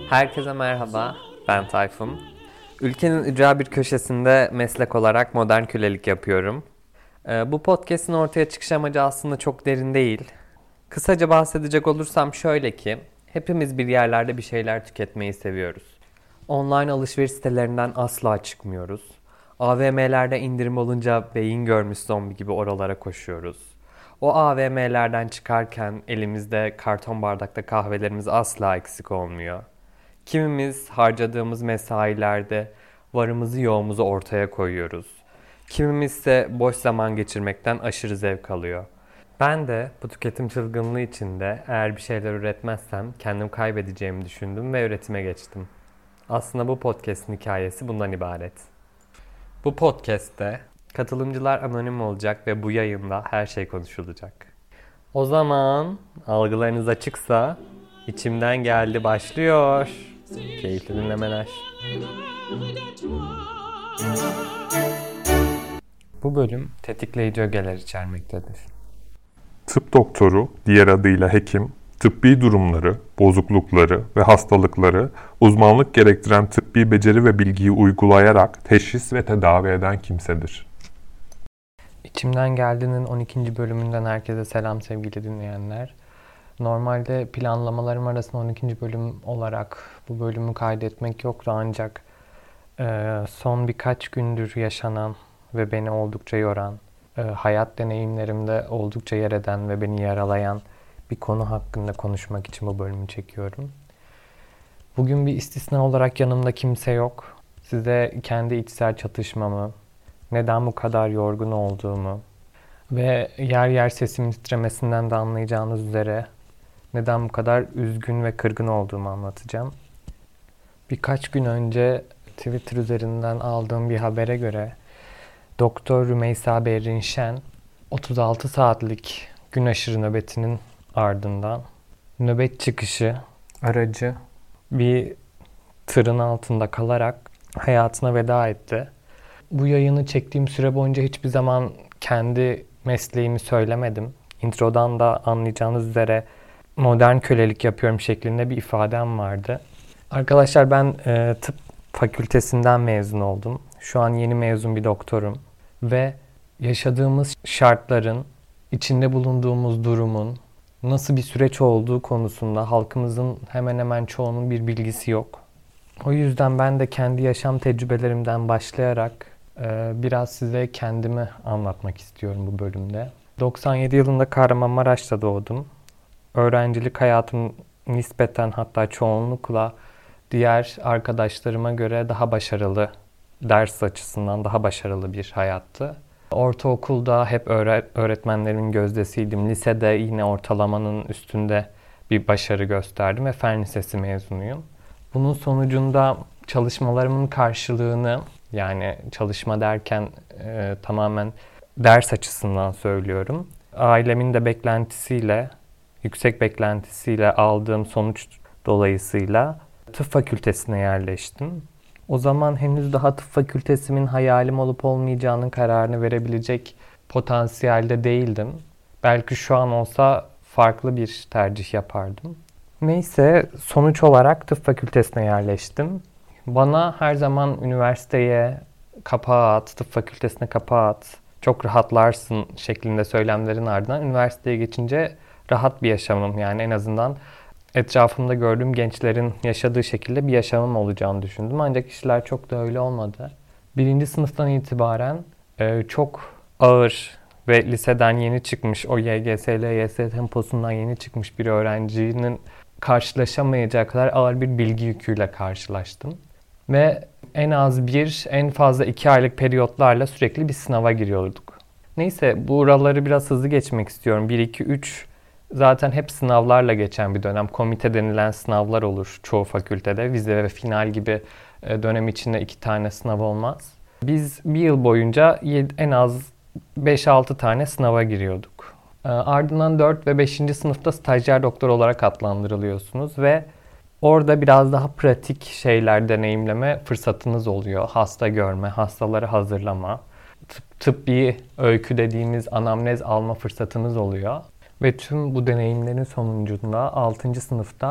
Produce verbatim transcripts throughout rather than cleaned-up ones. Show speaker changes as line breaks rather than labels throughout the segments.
Herkese merhaba, ben Tayfun. Ülkenin ücra bir köşesinde meslek olarak modern kölelik yapıyorum. Ee, bu podcast'in ortaya çıkış amacı aslında çok derin değil. Kısaca bahsedecek olursam şöyle ki, hepimiz bir yerlerde bir şeyler tüketmeyi seviyoruz. Online alışveriş sitelerinden asla çıkmıyoruz. A V M'lerde indirim olunca beyin görmüş zombi gibi oralara koşuyoruz. O A V M'lerden çıkarken elimizde karton bardakta kahvelerimiz asla eksik olmuyor. Kimimiz harcadığımız mesailerde varımızı yoğumuzu ortaya koyuyoruz. Kimimiz ise boş zaman geçirmekten aşırı zevk alıyor. Ben de bu tüketim çılgınlığı içinde eğer bir şeyler üretmezsem kendim kaybedeceğimi düşündüm ve üretime geçtim. Aslında bu podcast'in hikayesi bundan ibaret. Bu podcast'te katılımcılar anonim olacak ve bu yayında her şey konuşulacak. O zaman algılarınız açıksa içimden geldi başlıyor. Keyifli dinlemeler. Bu bölüm tetikleyici ögeler içermektedir.
Tıp doktoru, diğer adıyla hekim, tıbbi durumları, bozuklukları ve hastalıkları uzmanlık gerektiren tıbbi beceri ve bilgiyi uygulayarak teşhis ve tedavi eden kimsedir.
İçimden Geldi'nin on ikinci bölümünden herkese selam sevgili dinleyenler. Normalde planlamalarım arasında on ikinci bölüm olarak bu bölümü kaydetmek yoktu ancak e, son birkaç gündür yaşanan ve beni oldukça yoran, e, hayat deneyimlerimde oldukça yer eden ve beni yaralayan bir konu hakkında konuşmak için bu bölümü çekiyorum. Bugün bir istisna olarak yanımda kimse yok. Size kendi içsel çatışmamı, neden bu kadar yorgun olduğumu ve yer yer sesimin titremesinden de anlayacağınız üzere neden bu kadar üzgün ve kırgın olduğumu anlatacağım. Birkaç gün önce Twitter üzerinden aldığım bir habere göre Doktor Rümeysa Berrin Şen otuz altı saatlik gün aşırı nöbetinin ardından nöbet çıkışı aracı bir tırın altında kalarak hayatına veda etti. Bu yayını çektiğim süre boyunca hiçbir zaman kendi mesleğimi söylemedim. Introdan da anlayacağınız üzere modern kölelik yapıyorum şeklinde bir ifadem vardı. Arkadaşlar ben e, tıp fakültesinden mezun oldum. Şu an yeni mezun bir doktorum. Ve yaşadığımız şartların, içinde bulunduğumuz durumun nasıl bir süreç olduğu konusunda halkımızın hemen hemen çoğunun bir bilgisi yok. O yüzden ben de kendi yaşam tecrübelerimden başlayarak e, biraz size kendimi anlatmak istiyorum bu bölümde. doksan yedi yılında Kahramanmaraş'ta doğdum. Öğrencilik hayatım nispeten hatta çoğunlukla diğer arkadaşlarıma göre daha başarılı, ders açısından daha başarılı bir hayattı. Ortaokulda hep öğretmenlerimin gözdesiydim. Lisede yine ortalamanın üstünde bir başarı gösterdim ve Fen Lisesi mezunuyum. Bunun sonucunda çalışmalarımın karşılığını, yani çalışma derken e, tamamen ders açısından söylüyorum. Ailemin de beklentisiyle, yüksek beklentisiyle aldığım sonuç dolayısıyla tıp fakültesine yerleştim. O zaman henüz daha tıp fakültesimin hayalim olup olmayacağının kararını verebilecek potansiyelde değildim. Belki şu an olsa farklı bir tercih yapardım. Neyse sonuç olarak tıp fakültesine yerleştim. Bana her zaman üniversiteye kapağı at, tıp fakültesine kapağı at, çok rahatlarsın şeklinde söylemlerin ardından üniversiteye geçince rahat bir yaşamım, yani en azından etrafımda gördüğüm gençlerin yaşadığı şekilde bir yaşamım olacağını düşündüm. Ancak işler çok da öyle olmadı. Birinci sınıftan itibaren e, çok ağır ve liseden yeni çıkmış, o Y G S, L Y S temposundan yeni çıkmış bir öğrencinin karşılaşamayacağı kadar ağır bir bilgi yüküyle karşılaştım. Ve en az bir, en fazla iki aylık periyotlarla sürekli bir sınava giriyorduk. Neyse buraları biraz hızlı geçmek istiyorum. bir, iki, üç zaten hep sınavlarla geçen bir dönem. Komite denilen sınavlar olur çoğu fakültede. Vize ve final gibi dönem içinde iki tane sınav olmaz. Biz bir yıl boyunca en az beş altı tane sınava giriyorduk. Ardından dört ve beşinci sınıfta stajyer doktor olarak adlandırılıyorsunuz ve orada biraz daha pratik şeyler deneyimleme fırsatınız oluyor. Hasta görme, hastaları hazırlama, tıp, tıbbi öykü dediğimiz anamnez alma fırsatınız oluyor. Ve tüm bu deneyimlerin sonucunda altıncı sınıfta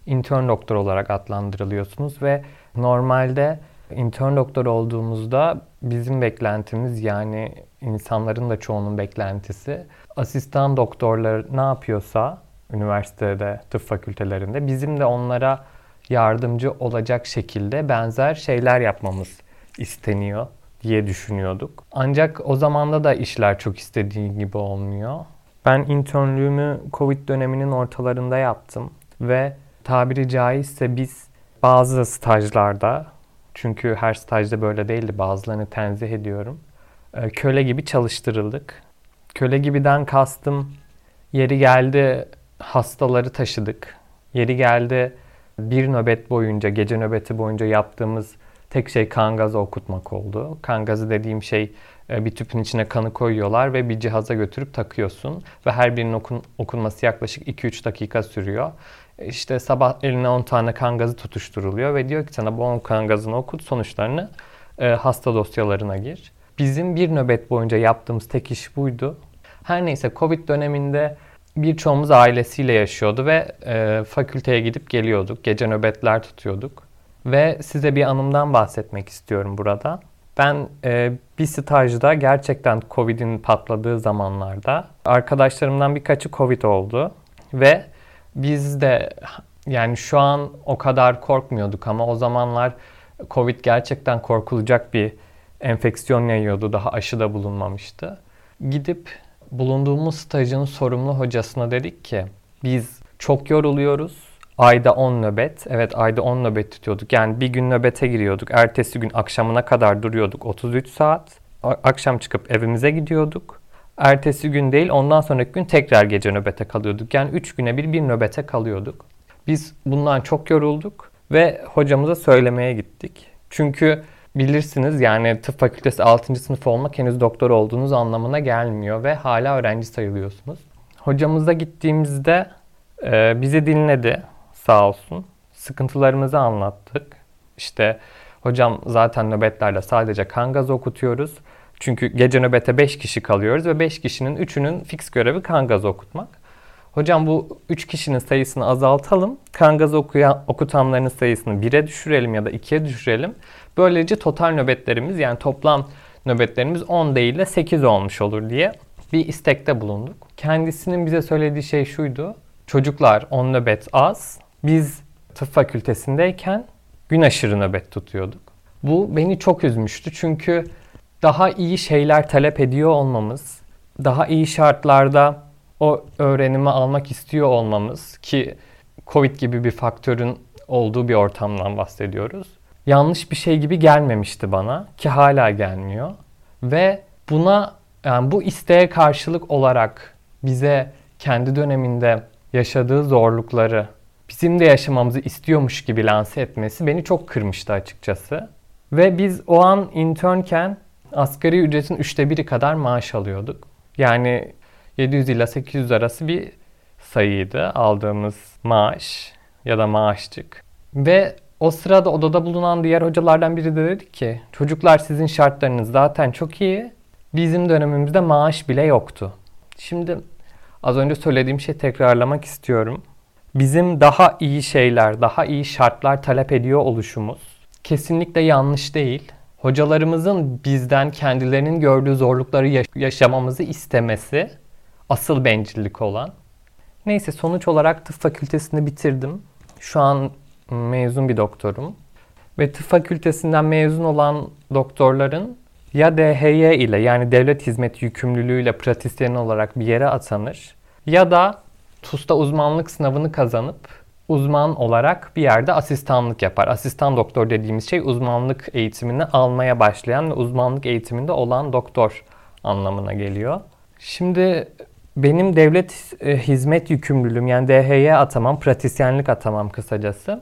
intern doktor olarak adlandırılıyorsunuz ve normalde intern doktor olduğumuzda bizim beklentimiz, yani insanların da çoğunun beklentisi, asistan doktorlar ne yapıyorsa üniversitede, tıp fakültelerinde bizim de onlara yardımcı olacak şekilde benzer şeyler yapmamız isteniyor diye düşünüyorduk. Ancak o zamanda da işler çok istediği gibi olmuyor. Ben internlüğümü Covid döneminin ortalarında yaptım ve tabiri caizse biz bazı stajlarda, çünkü her stajda böyle değildi, bazılarını tenzih ediyorum, köle gibi çalıştırıldık. Köle gibiden kastım, yeri geldi hastaları taşıdık. Yeri geldi bir nöbet boyunca, gece nöbeti boyunca yaptığımız tek şey kan gazı okutmak oldu. Kan gazı dediğim şey, bir tüpün içine kanı koyuyorlar ve bir cihaza götürüp takıyorsun. Ve her birinin okun, okunması yaklaşık iki üç dakika sürüyor. İşte sabah eline on tane kan gazı tutuşturuluyor ve diyor ki sana bu on kan gazını okut, sonuçlarını e, hasta dosyalarına gir. Bizim bir nöbet boyunca yaptığımız tek iş buydu. Her neyse, Covid döneminde birçoğumuz ailesiyle yaşıyordu ve e, fakülteye gidip geliyorduk. Gece nöbetler tutuyorduk. Ve size bir anımdan bahsetmek istiyorum burada. Ben e, bir stajda gerçekten Covid'in patladığı zamanlarda arkadaşlarımdan birkaçı Covid oldu. Ve biz de yani şu an o kadar korkmuyorduk ama o zamanlar Covid gerçekten korkulacak bir enfeksiyon yayıyordu. Daha aşı da bulunmamıştı. Gidip bulunduğumuz stajın sorumlu hocasına dedik ki biz çok yoruluyoruz. Ayda on nöbet. Evet, ayda on nöbet tutuyorduk. Yani bir gün nöbete giriyorduk. Ertesi gün akşamına kadar duruyorduk otuz üç saat. Akşam çıkıp evimize gidiyorduk. Ertesi gün değil, ondan sonraki gün tekrar gece nöbete kalıyorduk. Yani üç güne bir bir nöbete kalıyorduk. Biz bundan çok yorulduk ve hocamıza söylemeye gittik. Çünkü bilirsiniz, yani tıp fakültesi altıncı sınıf olmak henüz doktor olduğunuz anlamına gelmiyor ve hala öğrenci sayılıyorsunuz. Hocamıza gittiğimizde e, bizi dinledi. Sağ olsun. Sıkıntılarımızı anlattık. İşte hocam zaten nöbetlerde sadece kan gazı okutuyoruz. Çünkü gece nöbete beş kişi kalıyoruz ve beş kişinin üçünün fix görevi kan gazı okutmak. Hocam bu üç kişinin sayısını azaltalım. Kan gazı okuyan, okutanların sayısını bire düşürelim ya da ikiye düşürelim. Böylece total nöbetlerimiz, yani toplam nöbetlerimiz on değil de sekiz olmuş olur diye bir istekte bulunduk. Kendisinin bize söylediği şey şuydu. Çocuklar, on nöbet az. Biz tıp fakültesindeyken gün aşırı nöbet tutuyorduk. Bu beni çok üzmüştü çünkü daha iyi şeyler talep ediyor olmamız, daha iyi şartlarda o öğrenimi almak istiyor olmamız, ki Covid gibi bir faktörün olduğu bir ortamdan bahsediyoruz, yanlış bir şey gibi gelmemişti bana, ki hala gelmiyor. Ve buna, yani bu isteğe karşılık olarak bize kendi döneminde yaşadığı zorlukları bizim de yaşamamızı istiyormuş gibi lanse etmesi beni çok kırmıştı açıkçası. Ve biz o an internken asgari ücretin üçte biri kadar maaş alıyorduk. Yani yedi yüz ile sekiz yüz arası bir sayıydı aldığımız maaş ya da maaşçık. Ve o sırada odada bulunan diğer hocalardan biri de dedi ki, çocuklar sizin şartlarınız zaten çok iyi, bizim dönemimizde maaş bile yoktu. Şimdi az önce söylediğim şeyi tekrarlamak istiyorum. Bizim daha iyi şeyler, daha iyi şartlar talep ediyor oluşumuz kesinlikle yanlış değil. Hocalarımızın bizden kendilerinin gördüğü zorlukları yaşamamızı istemesi asıl bencillik olan. Neyse, sonuç olarak tıp fakültesini bitirdim. Şu an mezun bir doktorum. Ve tıp fakültesinden mezun olan doktorların ya D H Y ile, yani devlet hizmeti yükümlülüğüyle pratisyen olarak bir yere atanır ya da TUS'ta uzmanlık sınavını kazanıp uzman olarak bir yerde asistanlık yapar. Asistan doktor dediğimiz şey uzmanlık eğitimini almaya başlayan ve uzmanlık eğitiminde olan doktor anlamına geliyor. Şimdi benim devlet hizmet yükümlülüğüm, yani D H Y atamam, pratisyenlik atamam kısacası,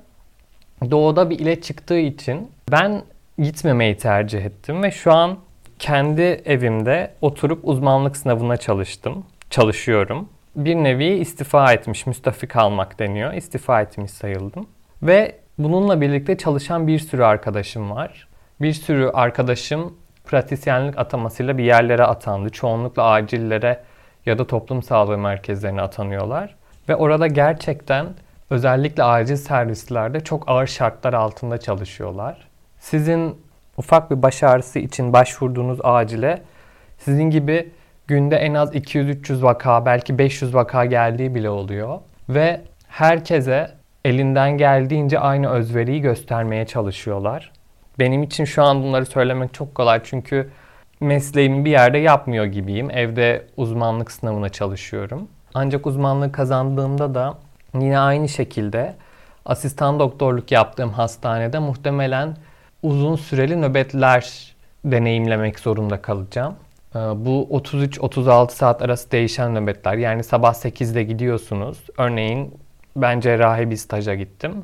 doğuda bir ile çıktığı için ben gitmemeyi tercih ettim ve şu an kendi evimde oturup uzmanlık sınavına çalıştım, çalışıyorum. Bir nevi istifa etmiş, müstafi kalmak deniyor. İstifa etmiş sayıldım. Ve bununla birlikte çalışan bir sürü arkadaşım var. Bir sürü arkadaşım pratisyenlik atamasıyla bir yerlere atandı. Çoğunlukla acillere ya da toplum sağlığı merkezlerine atanıyorlar. Ve orada gerçekten özellikle acil servislerde çok ağır şartlar altında çalışıyorlar. Sizin ufak bir baş ağrısı için başvurduğunuz acile sizin gibi günde en az iki yüz üç yüz vaka, belki beş yüz vaka geldiği bile oluyor. Ve herkese elinden geldiğince aynı özveriyi göstermeye çalışıyorlar. Benim için şu an bunları söylemek çok kolay çünkü mesleğimi bir yerde yapmıyor gibiyim. Evde uzmanlık sınavına çalışıyorum. Ancak uzmanlığı kazandığımda da yine aynı şekilde asistan doktorluk yaptığım hastanede muhtemelen uzun süreli nöbetler deneyimlemek zorunda kalacağım. Bu otuz üç otuz altı saat arası değişen nöbetler. Yani sabah sekizde gidiyorsunuz. Örneğin ben cerrahi bir staja gittim.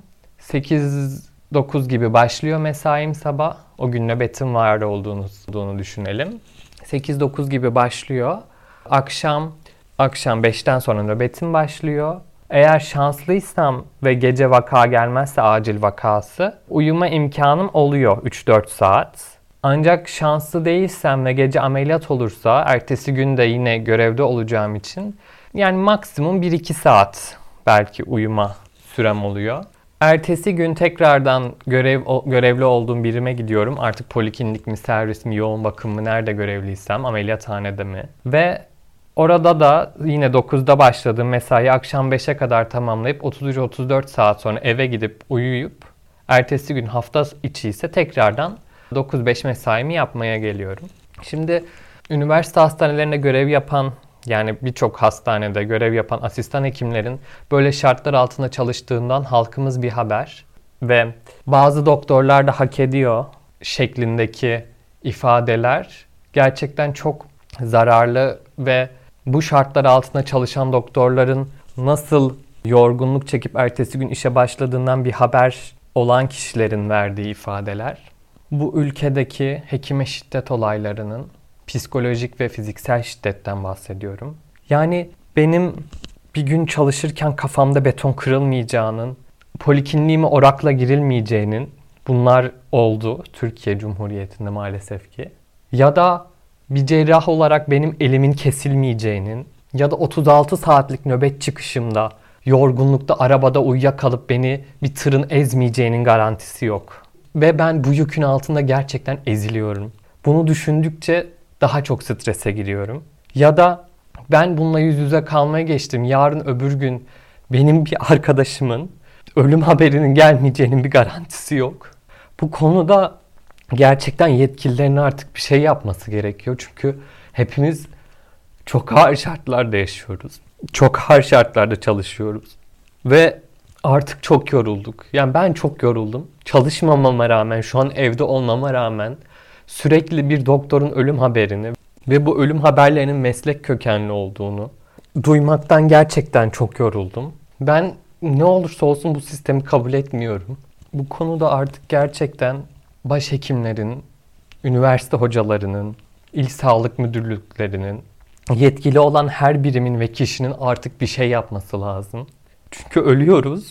sekiz dokuz gibi başlıyor mesaim sabah. O gün nöbetim var olduğunu düşünelim. sekiz dokuz gibi başlıyor. Akşam akşam beşten sonra nöbetim başlıyor. Eğer şanslıysam ve gece vaka gelmezse acil vakası uyuma imkanım oluyor üç dört saat. Ancak şanslı değilsem ve gece ameliyat olursa ertesi gün de yine görevde olacağım için yani maksimum bir iki saat belki uyuma sürem oluyor. Ertesi gün tekrardan görev görevli olduğum birime gidiyorum. Artık poliklinik mi, servis mi, yoğun bakım mı, nerede görevliysem, ameliyathanede mi? Ve orada da yine dokuzda başladığım mesai akşam beşe kadar tamamlayıp otuz üç otuz dört saat sonra eve gidip uyuyup ertesi gün hafta içi ise tekrardan dokuz beş mesaimi yapmaya geliyorum. Şimdi üniversite hastanelerinde görev yapan, yani birçok hastanede görev yapan asistan hekimlerin böyle şartlar altında çalıştığından halkımız bir haber. Ve bazı doktorlar da hak ediyor şeklindeki ifadeler gerçekten çok zararlı ve bu şartlar altında çalışan doktorların nasıl yorgunluk çekip ertesi gün işe başladığından bir haber olan kişilerin verdiği ifadeler. Bu ülkedeki hekime şiddet olaylarının psikolojik ve fiziksel şiddetten bahsediyorum. Yani benim bir gün çalışırken kafamda beton kırılmayacağının, polikliniğime orakla girilmeyeceğinin, bunlar oldu Türkiye Cumhuriyeti'nde maalesef ki. Ya da bir cerrah olarak benim elimin kesilmeyeceğinin ya da otuz altı saatlik nöbet çıkışımda yorgunlukta arabada uyuyakalıp beni bir tırın ezmeyeceğinin garantisi yok. Ve ben bu yükün altında gerçekten eziliyorum. Bunu düşündükçe daha çok strese giriyorum. Ya da ben bununla yüz yüze kalmaya geçtim. Yarın öbür gün benim bir arkadaşımın ölüm haberinin gelmeyeceğinin bir garantisi yok. Bu konuda gerçekten yetkililerin artık bir şey yapması gerekiyor. Çünkü hepimiz çok ağır şartlarda yaşıyoruz. Çok ağır şartlarda çalışıyoruz. Ve artık çok yorulduk. Yani ben çok yoruldum. Çalışmamama rağmen, şu an evde olmama rağmen sürekli bir doktorun ölüm haberini ve bu ölüm haberlerinin meslek kökenli olduğunu duymaktan gerçekten çok yoruldum. Ben ne olursa olsun bu sistemi kabul etmiyorum. Bu konuda artık gerçekten başhekimlerin, üniversite hocalarının, il sağlık müdürlüklerinin, yetkili olan her birimin ve kişinin artık bir şey yapması lazım. Çünkü ölüyoruz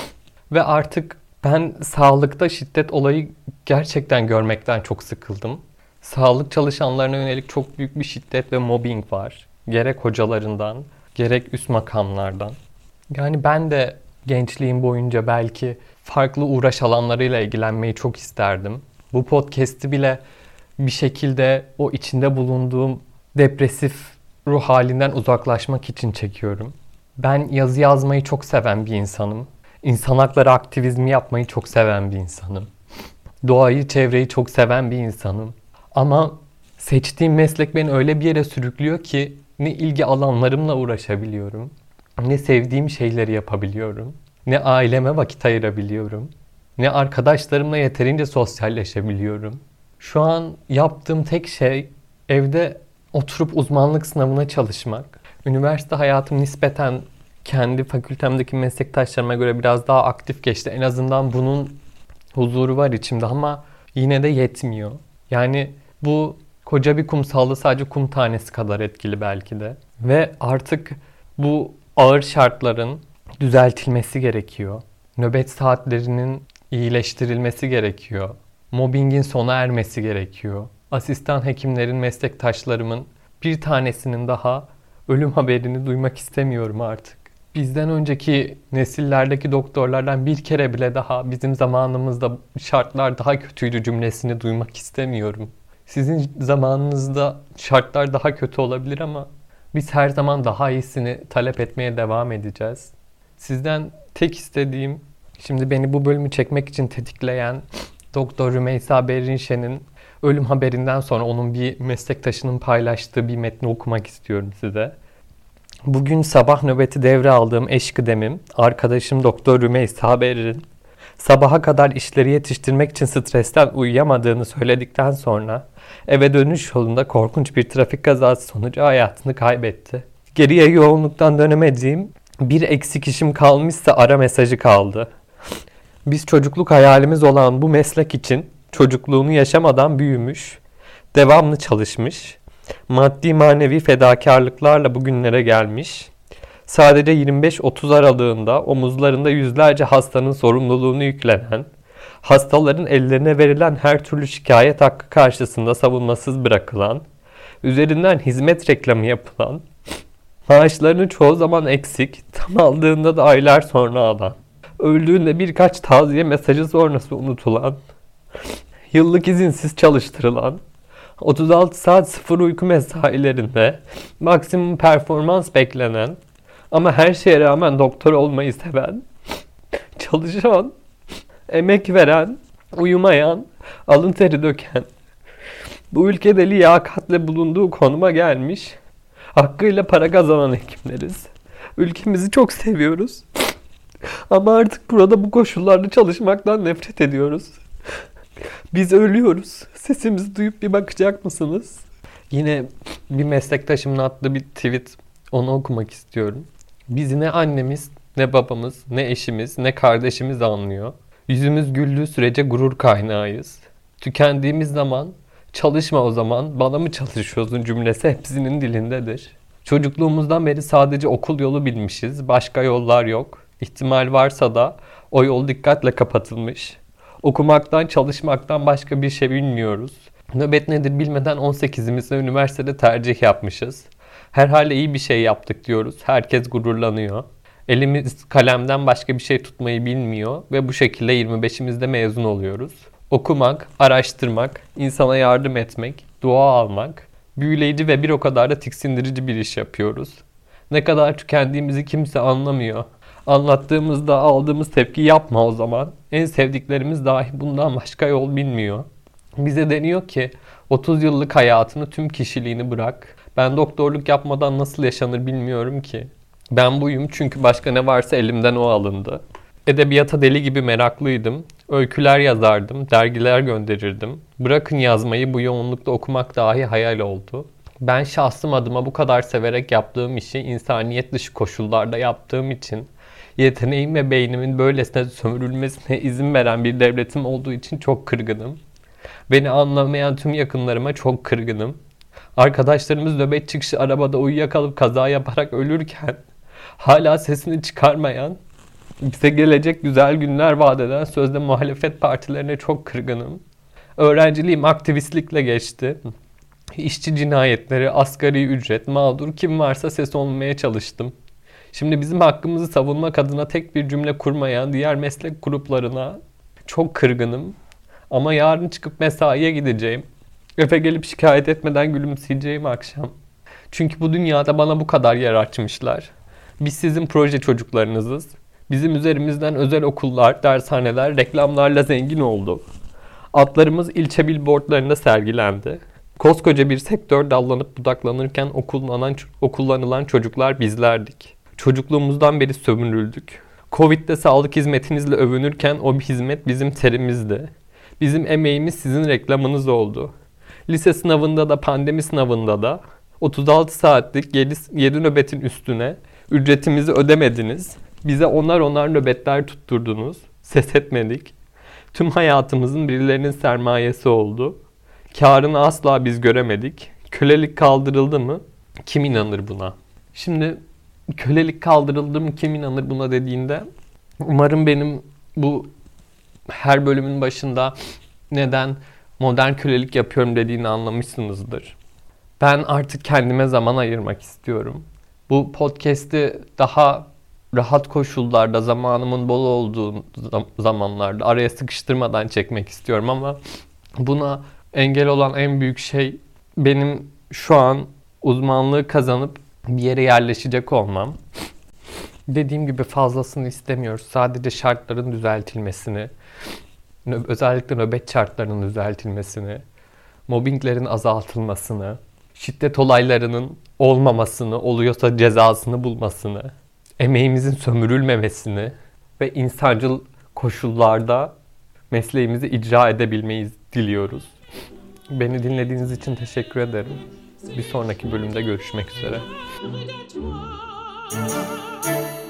ve artık ben sağlıkta şiddet olayı gerçekten görmekten çok sıkıldım. Sağlık çalışanlarına yönelik çok büyük bir şiddet ve mobbing var. Gerek hocalarından, gerek üst makamlardan. Yani ben de gençliğim boyunca belki farklı uğraş alanlarıyla ilgilenmeyi çok isterdim. Bu podcast'i bile bir şekilde o içinde bulunduğum depresif ruh halinden uzaklaşmak için çekiyorum. Ben yazı yazmayı çok seven bir insanım. İnsan hakları aktivizmi yapmayı çok seven bir insanım. Doğayı, çevreyi çok seven bir insanım. Ama seçtiğim meslek beni öyle bir yere sürüklüyor ki ne ilgi alanlarımla uğraşabiliyorum, ne sevdiğim şeyleri yapabiliyorum, ne aileme vakit ayırabiliyorum, ne arkadaşlarımla yeterince sosyalleşebiliyorum. Şu an yaptığım tek şey evde oturup uzmanlık sınavına çalışmak. Üniversite hayatım nispeten kendi fakültemdeki meslektaşlarıma göre biraz daha aktif geçti. En azından bunun huzuru var içimde ama yine de yetmiyor. Yani bu koca bir kumsalda sadece kum tanesi kadar etkili belki de. Ve artık bu ağır şartların düzeltilmesi gerekiyor. Nöbet saatlerinin iyileştirilmesi gerekiyor. Mobbingin sona ermesi gerekiyor. Asistan hekimlerin, meslektaşlarımın bir tanesinin daha ölüm haberini duymak istemiyorum artık. bizden önceki nesillerdeki doktorlardan bir kere bile daha bizim zamanımızda şartlar daha kötüydü cümlesini duymak istemiyorum. Sizin zamanınızda şartlar daha kötü olabilir ama biz her zaman daha iyisini talep etmeye devam edeceğiz. Sizden tek istediğim, şimdi beni bu bölümü çekmek için tetikleyen Doktor Rümeysa Berrinşen'in ölüm haberinden sonra onun bir meslektaşının paylaştığı bir metni okumak istiyorum size. Bugün sabah nöbeti devraldığım eş kıdemim, arkadaşım Doktor Rümeysa Berrin, sabaha kadar işleri yetiştirmek için stresten uyuyamadığını söyledikten sonra eve dönüş yolunda korkunç bir trafik kazası sonucu hayatını kaybetti. Geriye yoğunluktan dönemediğim bir eksik işim kalmışsa ara mesajı kaldı. Biz çocukluk hayalimiz olan bu meslek için çocukluğunu yaşamadan büyümüş, devamlı çalışmış, maddi manevi fedakarlıklarla bugünlere gelmiş, sadece yirmi beş otuz aralığında omuzlarında yüzlerce hastanın sorumluluğunu yüklenen, hastaların ellerine verilen her türlü şikayet hakkı karşısında savunmasız bırakılan, üzerinden hizmet reklamı yapılan, maaşlarını çoğu zaman eksik, tam aldığında da aylar sonra alan, öldüğünde birkaç taziye mesajı sonrası unutulan, yıllık izinsiz çalıştırılan, otuz altı saat sıfır uyku mesailerinde maksimum performans beklenen ama her şeye rağmen doktor olmayı seven, çalışan, emek veren, uyumayan, alın teri döken, bu ülkede liyakatle bulunduğu konuma gelmiş, hakkıyla para kazanan hekimleriz. Ülkemizi çok seviyoruz. Ama artık burada bu koşullarda çalışmaktan nefret ediyoruz. Biz ölüyoruz. Sesimizi duyup bir bakacak mısınız? Yine bir meslektaşımın attığı bir tweet. Onu okumak istiyorum. Bizi ne annemiz, ne babamız, ne eşimiz, ne kardeşimiz anlıyor. Yüzümüz güldüğü sürece gurur kaynağıyız. Tükendiğimiz zaman, çalışma o zaman, bana mı çalışıyorsun cümlesi hepsinin dilindedir. Çocukluğumuzdan beri sadece okul yolu bilmişiz. Başka yollar yok. İhtimal varsa da o yol dikkatle kapatılmış. Okumaktan, çalışmaktan başka bir şey bilmiyoruz. Nöbet nedir bilmeden on sekizimizde üniversitede tercih yapmışız. Herhalde iyi bir şey yaptık diyoruz. Herkes gururlanıyor. Elimiz kalemden başka bir şey tutmayı bilmiyor ve bu şekilde yirmi beşimizde mezun oluyoruz. Okumak, araştırmak, insana yardım etmek, dua almak, büyüleyici ve bir o kadar da tiksindirici bir iş yapıyoruz. Ne kadar tükendiğimizi kimse anlamıyor. Anlattığımızda aldığımız tepki yapma o zaman. En sevdiklerimiz dahi bundan başka yol bilmiyor. Bize deniyor ki otuz yıllık hayatını, tüm kişiliğini bırak. Ben doktorluk yapmadan nasıl yaşanır bilmiyorum ki. Ben buyum çünkü başka ne varsa elimden o alındı. Edebiyata deli gibi meraklıydım. Öyküler yazardım, dergiler gönderirdim. Bırakın yazmayı, bu yoğunlukta okumak dahi hayal oldu. Ben şahsım adıma bu kadar severek yaptığım işi insaniyet dışı koşullarda yaptığım için, yeteneğim ve beynimin böylesine sömürülmesine izin veren bir devletim olduğu için çok kırgınım. Beni anlamayan tüm yakınlarıma çok kırgınım. Arkadaşlarımız nöbet çıkışı arabada uyuyakalıp kaza yaparak ölürken hala sesini çıkarmayan, bize gelecek güzel günler vaat eden sözde muhalefet partilerine çok kırgınım. Öğrenciliğim aktivistlikle geçti. İşçi cinayetleri, asgari ücret, mağdur kim varsa ses olmaya çalıştım. Şimdi bizim hakkımızı savunmak adına tek bir cümle kurmayan diğer meslek gruplarına çok kırgınım. Ama yarın çıkıp mesaiye gideceğim. Eve gelip şikayet etmeden gülümseyeceğim akşam. Çünkü bu dünyada bana bu kadar yer açmışlar. Biz sizin proje çocuklarınızız. Bizim üzerimizden özel okullar, dershaneler, reklamlarla zengin oldu. Atlarımız ilçe billboardlarında sergilendi. Koskoca bir sektör dallanıp budaklanırken okullanan, okullanılan çocuklar bizlerdik. Çocukluğumuzdan beri sömürüldük. Covid'de sağlık hizmetinizle övünürken o hizmet bizim terimizdi. Bizim emeğimiz sizin reklamınız oldu. Lise sınavında da pandemi sınavında da otuz altı saatlik yedi nöbetin üstüne ücretimizi ödemediniz. Bize onar onar nöbetler tutturdunuz. Ses etmedik. Tüm hayatımızın birilerinin sermayesi oldu. Kârını asla biz göremedik. Kölelik kaldırıldı mı? Kim inanır buna? Şimdi kölelik kaldırıldı mı? Kim inanır buna dediğinde umarım benim bu her bölümün başında neden modern kölelik yapıyorum dediğini anlamışsınızdır. Ben artık kendime zaman ayırmak istiyorum. Bu podcast'i daha rahat koşullarda, zamanımın bol olduğu zamanlarda araya sıkıştırmadan çekmek istiyorum ama buna engel olan en büyük şey benim şu an uzmanlığı kazanıp bir yere yerleşecek olmam. Dediğim gibi fazlasını istemiyoruz. Sadece şartların düzeltilmesini, özellikle nöbet şartlarının düzeltilmesini, mobbinglerin azaltılmasını, şiddet olaylarının olmamasını, oluyorsa cezasını bulmasını, emeğimizin sömürülmemesini ve insancıl koşullarda mesleğimizi icra edebilmeyi diliyoruz. Beni dinlediğiniz için teşekkür ederim. Bir sonraki bölümde görüşmek üzere.